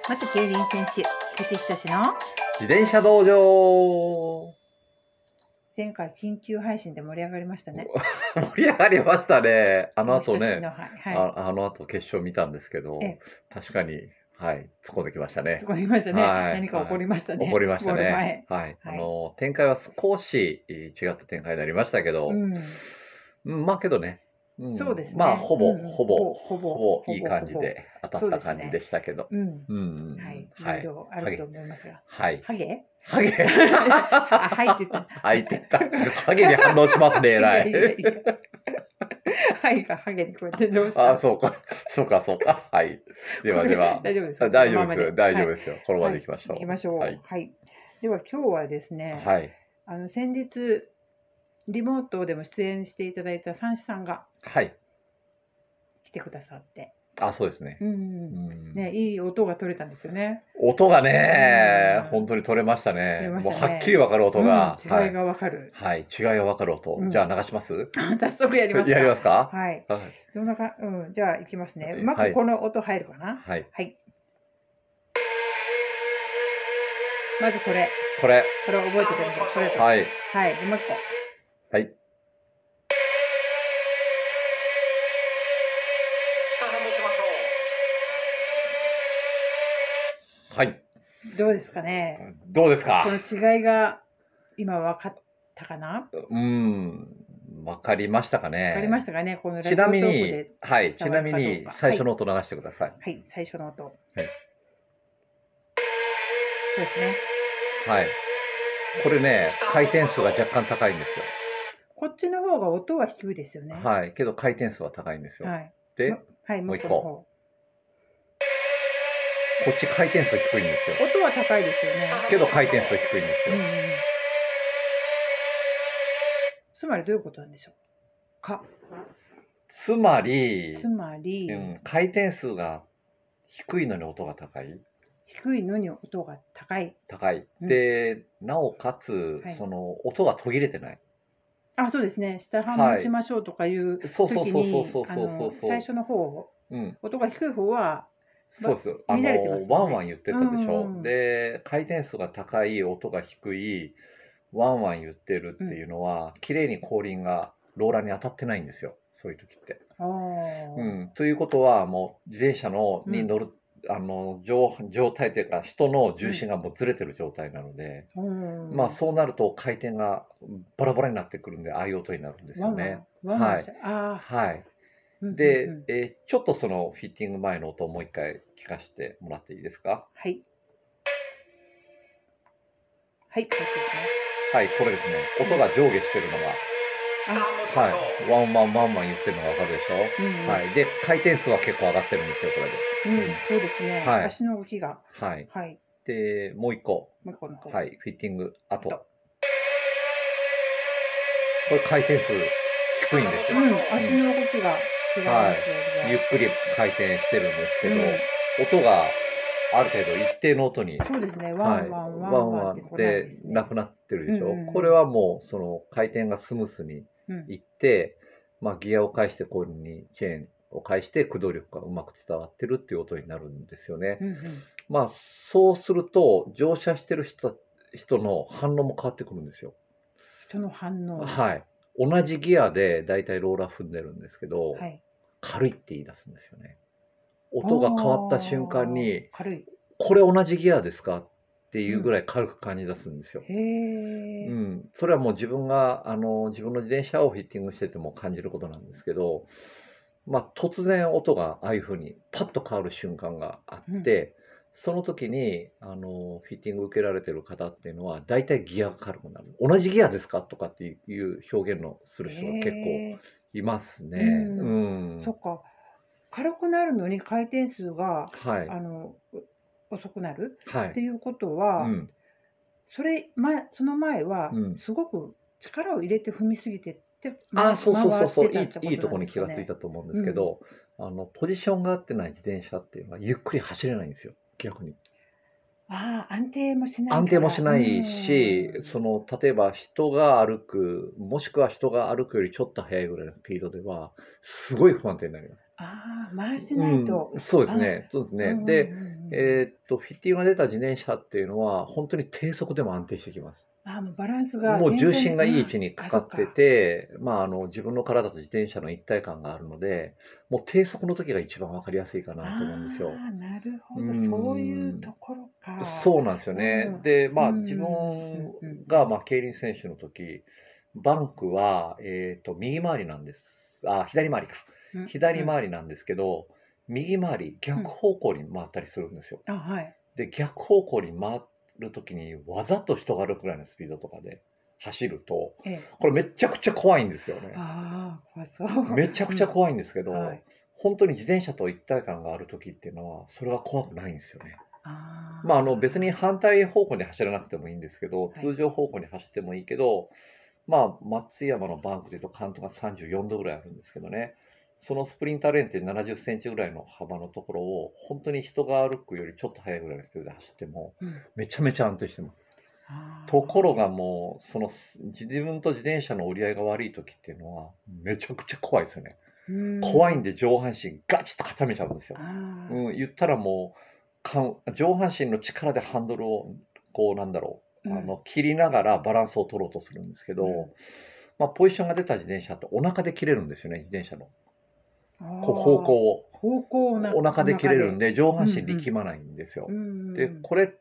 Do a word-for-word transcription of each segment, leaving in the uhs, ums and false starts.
元競輪選手、菊池仁の自転車道場。 前回緊急配信で盛り上がりましたね。 盛り上がりましたね。あの後ね、 仁のはい、はい、 あ、あの後決勝見たんですけど、 え確かに、はい、突っ込んできましたね。 突っ込みましたね。 はい、 何か起こりましたね。 はい、起こりましたゴールね。 前。 はい、あはい。 の展開は少しえー違った展開になりましたけど、 うん、 うんまあけどね、うんそうですね。 まあほぼ、 うんうんほぼ、 ほぼほぼいいほぼほぼ感じで当たった感じでしたけど、 うん、 うんうんうんはい、いはい、 ろいろあると思いますが。 はい、 ハゲ？ ハゲ。 あ、はいって言った。 はいって言った。ハゲに反応しますね、えらい。 いやいやいやはいがハゲにこうやってどうしたあ、そうか、そうか、そうか。はい。ではでは、 大丈夫ですか？ 大丈夫このままですよ、大丈夫ですよ。このままはいでいきましょう。 行きましょう。 はい。 はい。では今日はですね、 はい。 あの先日リモートでも出演していただいた三枝さんがはい。 来てくださって、 あ、そうですね。 うんうんね、いい音が取れたんですよね。 音がねうん、 本当に取れました取れね。 ましたね。 もうはっきりわかる音が、 うん、違いがわかる。 はい、はい、違いがわかる音。 うんじゃあ流します？ 早速やりますか。 やりますか？ はい。 はい。 どんなか、うん、じゃあ行きますね。うまはいくこの音入るかな。 はい。 はい。まずこれ、 これ。 これを覚えてください。これと。 はい。 はい。でもう一個。 はい。はい。 どうですかね。 どうですか？ この違いが今分かったかな。 うーん、わかりましたかね。 分かりましたかね。このラジオちなみトークにで、 はい、ち伝わなみるかどうかに最初の音流してください。 はい、はい、最初の音。 はい。 そうですね。 はい。これね、回転数が若干高いんですよ。 こっちの方が音は低いですよね。 はい。けど回転数は高いんですよ。 はい。 で、 もはい、 もう一もう一個の方。 個。こっち回転数低いんですよ。 音は高いですよね。 けど回転数低いんですよ。 うんうんうん。つまりどういうことなんでしょうか。 つまり、 つまり、 うん、回転数が低いのに音が高い。 低いのに音が高い。 高い。 うんで、なおかつ、 はいその音が途切れてない。 あ、そうですね。下半はい持ちましょうとかいうそうそう時そうそうにそう、 あそうそうの最初の方、 うん。 音が低い方は、 そうです。あ乱れてますよねの、ワンワン言ってたでしうんうんょ。 うんで、回転数が高い、音が低い、ワンワン言ってるっていうのは、綺麗に後輪がローラーに当たってないんですよ。そういう時って。 あーうん。ということは、もう自転車のに乗る、あの状状態というか、人の重心がもうずれてる状態なので、 うんまあそうなると回転がバラバラになってくるんで、ああいう音になるんですよね。 ワンワンワンワンはいしてあはい。 ーで、 うんうんうんえーちょっとそのフィッティング前の音をもう一回聞かせてもらっていいですか？ はいはいこっちですね。 はい、これですね。音が上下してるのが、 あはい、ワンワンワンワン言ってるのがわかるでしょ、 うんうんはい。で、回転数は結構上がってるんですよ、これで。 うんそうですね、 はい足の動きがはい。 はいで、もう一個。 もう一個の方はい、フィッティング、あと。 あとこれ回転数低いんですよ。 うん足の動きが違いますよ、 ゆっくり回転してるんですけど、音がある程度一定の音に、 そうですね、ワはい、 ンワンワワンワンンワンってこないでですね。 なくなってるでしょ、 うんうんうんこれはもうその回転がスムースにうんいって、まあ、ギアを返してこういうふうにチェーンを返して駆動力がうまく伝わってるっていう音になるんですよね。 うんうんまあそうすると乗車してる人人の反応も変わってくるんですよ。 人の反応はい。同じギアでだいたいローラー踏んでるんですけど、 はい軽いって言い出すんですよね。音が変わった瞬間に、 軽いこれ同じギアですかっていうぐらい軽く感じ出すんですよ。 へえ、 うん、それはもう自分があの自分の自転車をフィッティングしてても感じることなんですけど、まあ、突然音がああいう風にパッと変わる瞬間があって、その時にあのフィッティング受けられてる方っていうのは大体ギアが軽くなる。同じギアですかとかっていう表現のする人が結構へいますね。 うんうん。 ーそっか、軽くなるのに回転数がはい。 あのう遅くなるはい。 っていうことうは、 ん。 それ前その前はうんすごく力を入れて踏みすぎてってああ、そうそうそうそう、いい回ってたってこといいところに気がついなんですかね。 たと思うんですけど、あのポジションが合ってない自転車っていうのはゆっくり走れないんですよ、逆に。 ああ、安定もしないから。 安定もしないし、 うんその例えば人が歩く、もしくは人が歩くよりちょっと速いぐらいのスピードでは、すごい不安定になります。 ああ、回してないと。 うん、そうですね、そうですね。 うんうんうんで、 えーっと、フィッティングが出た自転車っていうのは、本当に低速でも安定してきます。 あ、もうバランスがもう重全然、 心がいい位置うん、 にかあ、 かってそっか。 て、まあ、あの、自分の体と自転車の一体感があるので、もう低速の時が一番分かりやすいかなと思うんですよ。 ああ、なるうーほど、そういうん。 ところか。 そうなんですようね。 ん。 で、 うまあ、自分ん、うんうんうが、 ん。 まあ、競輪選手の時、バンクは、えっと、右回りなんです。あ、左回りか。 うん、うん、 左回りなんですけど、右回り、逆うん。 方向に回ったりするんですよ。 あ、はい。 で、逆方向に回る時に、わざと人が歩くぐらいのスピードとかで走ると、 ええ。 これめっちゃくちゃ怖いんですよね。 ああ、怖そう。 めちゃくちゃうん。 怖いんですけど、 はい。 本当に自転車と一体感がある時っていうのは、それは怖くないんですよね。まあ、あの、別にあ反対方向に走らなくてもいいんですけど、 あ、はい。 通常方向に走ってもいいけど、まあ、松山のバンクでいうとカウントがさんじゅうよんどぐらいあるんですけどね。そのスプリンターレーンってななじゅっセンチぐらいの幅のところを、本当に人が歩くよりちょっと速いぐらいのスピードで走っても、 うん。 めちゃめちゃ安定してます。ところあがもう、その、す自分と自転車の折り合いが悪い時っていうのは、めちゃくちゃ怖いですよね。 うーん。 怖いんで上半身ガチッと固めちゃうんですよ。 あうん、言ったらもう、かん上半身の力でハンドルを、こうなんだろあ、うう、あん、 の、切りながらバランスを取ろうとするんですけうん。 ど、まあ、ポジションが出た自転車ってお腹で切れるんですよね、自転車の。 あこう方向あ、 を。 方向をなおお腹で切腹で。 れるんで、上半身うんうん。 力まないんですよ。 うんうんで、 うん。 これって、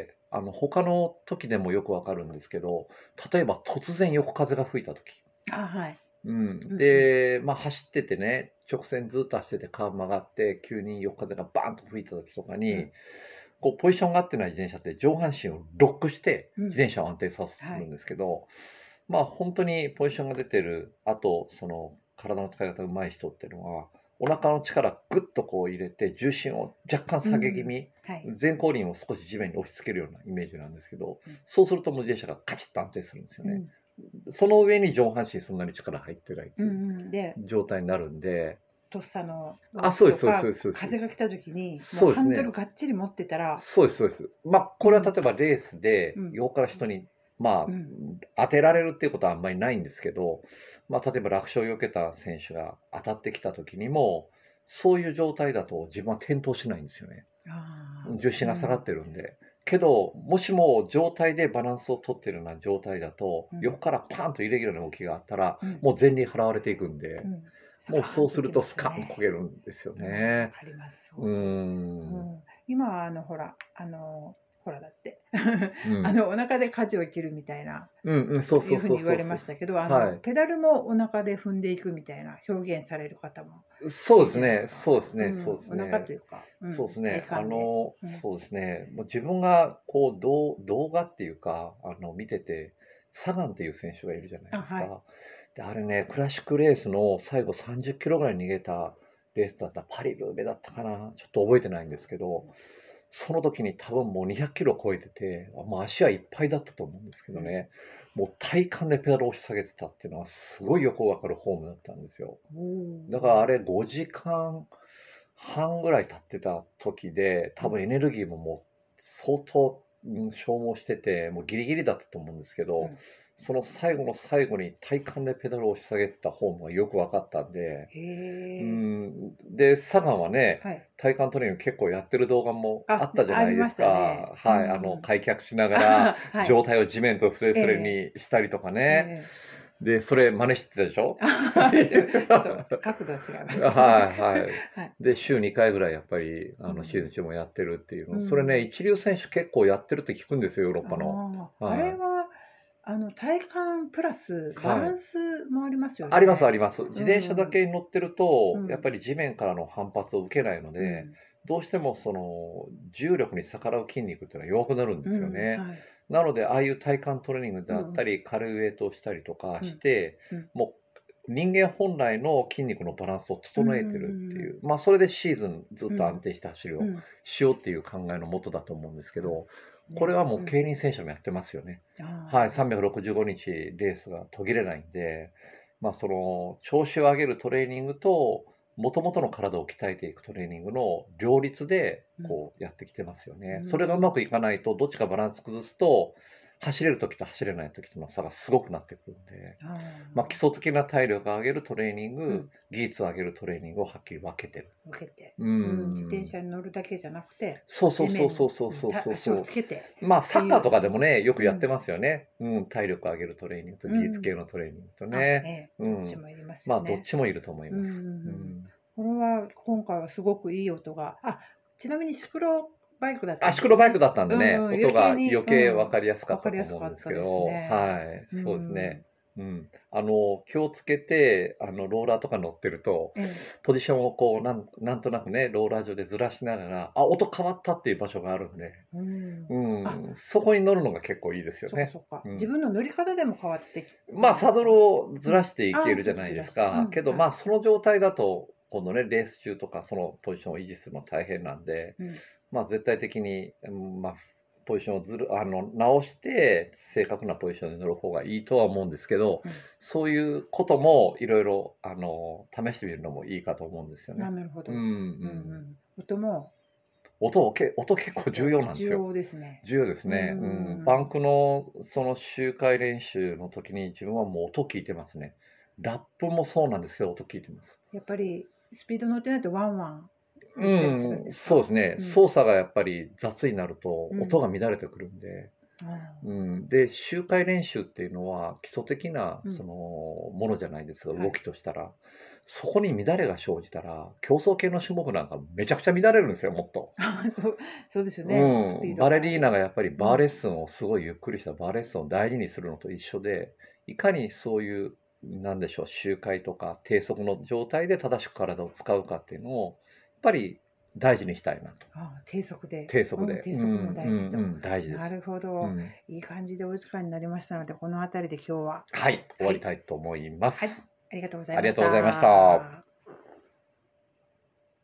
あの、他の時でもよくわかるんですけど、例えば突然横風が吹いた時。 あ、はい。 うん。 うんうん。 で、まあ、走っててね、直線ずっと走っててカーブ曲がって、急に横風がバーンと吹いた時とかに、 うん。 こうポジションが合ってない自転車って上半身をロックしてうん。 自転車を安定させはい。 るんですけど、まあ、本当にポジションが出てる、あと、その体の使い方上手い人っていうのは、お腹の力ぐっとこう入れて、重心を若干下げ気うん。 味、 はい。 前後輪を少し地面に押し付けるようなイメージなんですけど、 うん。 そうするともう自転車がカチッと安定するんですよね。 うん。 その上に上半身そんなに力入ってないっうんていううん。で、 状態になるんで、 とっさのあ、 動きそうですそうですとか、 そうですそうです。 風が来た時に、もうハンドルそうですね。 がっちり持ってたら、 そうですそうです。まあ、これは例うん、 えばレースでうん、 横から人に、まあ、 うん、 当てられるっていうことはあんまりないんですけど、まあ、例えば楽勝を避けた選手が当たってきた時にも、そういう状態だと自分は転倒しないんですよね。 ああ、 重心うん、 が下がってるんで。けど、もしも状態でバランスを取ってるような状態だと、 うん、 横からパーンとイレギュラーな動きがあったら、 うん、 もう前輪払われていくんで、 うん。スもうカーそうするンときまとスカーンとすね。 焦げるんですようん、わね。 かります。 うーうん。 ん。今はあの、ほら、あの、ほらだって、 うん。 あの、お腹で舵を切るみたいな、 うんうん、そうそういうふうに言われそうそうそう。 ましたけど、あの、 はい。 ペダルもお腹で踏んでいくみたいな表現される方もいるそうですね、 じゃないですか。 そうですね、そううん、お腹ですね。 というか、うん、体そうですね。あ幹で。 の、 うん。 そうですね。もう自分がこう、どう動画っていうか、あの、見てて、サガンっていう選手がいるじゃないあ、はい。 ですか。で、あれね、クラシックレースの最後さんじゅっキロぐらい逃げたレースだった、パリルーベだったかな、ちょっと覚えてないんですけど、その時に多分もうにひゃっキロ超えてて、もう足はいっぱいだったと思うんですけうん。 どね、もう体幹でペダルを押し下げてたっていうのはすごいよくわかるフォームだったんですよ。 おお。 だからあれごじかんはんぐらい経ってた時で、 うん、 多分エネルギーももう相当、うん、消耗してて、もうギリギリだったと思うんですけど、 うん。 その最後の最後に体幹でペダルを押し下げてたフォームがよく分かったんで、 へうえ。 ん、で、サガンはね、 はい。 体幹トレーニング結構やってる動画もああ、 ったじゃないですありましたね。 か。 うはい、あの、 ん。 開脚しながらあはい。 上体を地面とスレえスレえにしたりとかね。 ええで、それ真似してたでしょ？ あちょっと角度は違いますけどね。 はいはい。 はい。 で、週にかいぐらいやっぱり、あの、シーズンうん。 中もやってるっていううの、それね、 ん。 一流選手結構やってるって聞くんですよ、ヨーロッパの。 ああ、あれはい。 は、あの、体幹プラスバはい。 ランスもありますよありますあね。 ります。自う転車だん。 けに乗ってると、やっうん。 ぱり地面からの反発を受けないので、 うん。 どうしてもその、重力に逆らう筋肉っていうのは弱くなるんですようん。 ね。 はい。 なので、ああいう体幹トレーニングでうんうん。 あったり、軽いウエイトをしたりとかうん。 して、 うん。 もう人間本来の筋肉のバランスをうんう整えてるってんいう、まあ、それでシーズンずっうん。うん。 と安定した走りをうん。 しようっていう考えのもとだと思うんですけそうでど、 すね。 これはもううん。 競輪選手もやってますよね。はい、 ああ。 さんびゃくろくじゅうごにちレースが途切れないんで、まあ、その調子を上げるトレーニングと、もともとの体を鍛えていくトレーニングの両立でうん。 こうやってきてますようね。それがうまん。 くいかないと、どっちかバランス崩すと、 走れる時と走れない時との差がすごくなってくるんで、 あまあ、基礎的な体力を上げるトレーニング、 うん技術を上げるトレーニングをはっきり分けてる。 受けて、 ううん、自転ん。 車に乗るだけじゃなくて、 そうそうそう地面に、 そうそうそううんた足そうそう。 をつけてまあ、 っていう、 サッカーとかでもね、よくやってうん、 ますよね。うん、体力を上げるトレーニングと技術うん、 系のトレーニングとあ、えね。 え、 うん。 どっちもいりますまあ、どっよね。 ちもいると思いうんうんうます。うん。 ん。 これは今回はすごくいい音が、あ、ちなみにシクロバイクだったあ、 んシクロバイクですね。 だったんでね、 うんうん、 音余計に、 が余うん、 計分かりやすか分かりやったとすかった思うんですけですね。 ど、はい、 うそうですね。 ん、 うん。あの、気をつけて、あの、ローラーとか乗ってると、 ええ、 ポジションをこう、なんなんとなくね、ローラー上でずらしながら、あ、音変わったっていう場所があるんで、 うん。 うあ、 ん、そこに乗るのが結構いいですよね。 そっかそっか。 うん。 自分の乗り方でも変わってきまあ、サドルるんですか？ をずうん。 らしていああ、ちょっけるじゃないとずらして。うですか。 ん、 けど、 はい。 まあ、その状態だと、今度ね、レース中とかそのポジションを維持するの大変なんで、 うん、 まあ、絶対的に、うん、まあ、ポジションをずるあの、直して、正確なポジションに乗る方がいいとは思うんですけど、 うん。 そういうこともいろいろ、あの、試してみるのもいいかと思うんですよあ、 ね。 なるほうんうど。うんうん。 ん。音も音をけ音結構重結構要なんですよ。 重要ですね。 重要ですうね。うん。 ん。 バンクのその周回練習の時に自分はもう音聞いてますね。ラップもそうなんですけど、音聞いてます。 やっぱりスピード乗ってないとワンワンう言ったりするんん、 ですか？ そうですね。 うん。 操作がやっぱり雑になるとうん。 音が乱れてくるんで、 ああ。 うん、で、周回練習っていうのは基礎的なうん。 そのものじゃないですか、動きはい。 としたら。そこに乱れが生じたら、競争系の種目なんかめちゃくちゃ乱れるんですよ、もっと。 ああ、そう、そうですようね。スピーん、 ドバレリーナ変わる。 がやっぱりうん。 バーレッスンをすごいゆっくりしたバーレッスンを大事にするのと一緒で、いかにそういう、なんでしょう、周回とか低速の状態で正しく体を使うかっていうのを、やっぱり大事にしたいなと。 ああ、低速で。うん、 低速で。うん、 低速も大事と。 うん、うん、大事です。 なるほど。 うん。 いい感じでお時間になりましたので、この辺りで今日は、 はい、終わりはい、 たいと思いまはい、 す。 ありがとうございありましがとうございました。 た。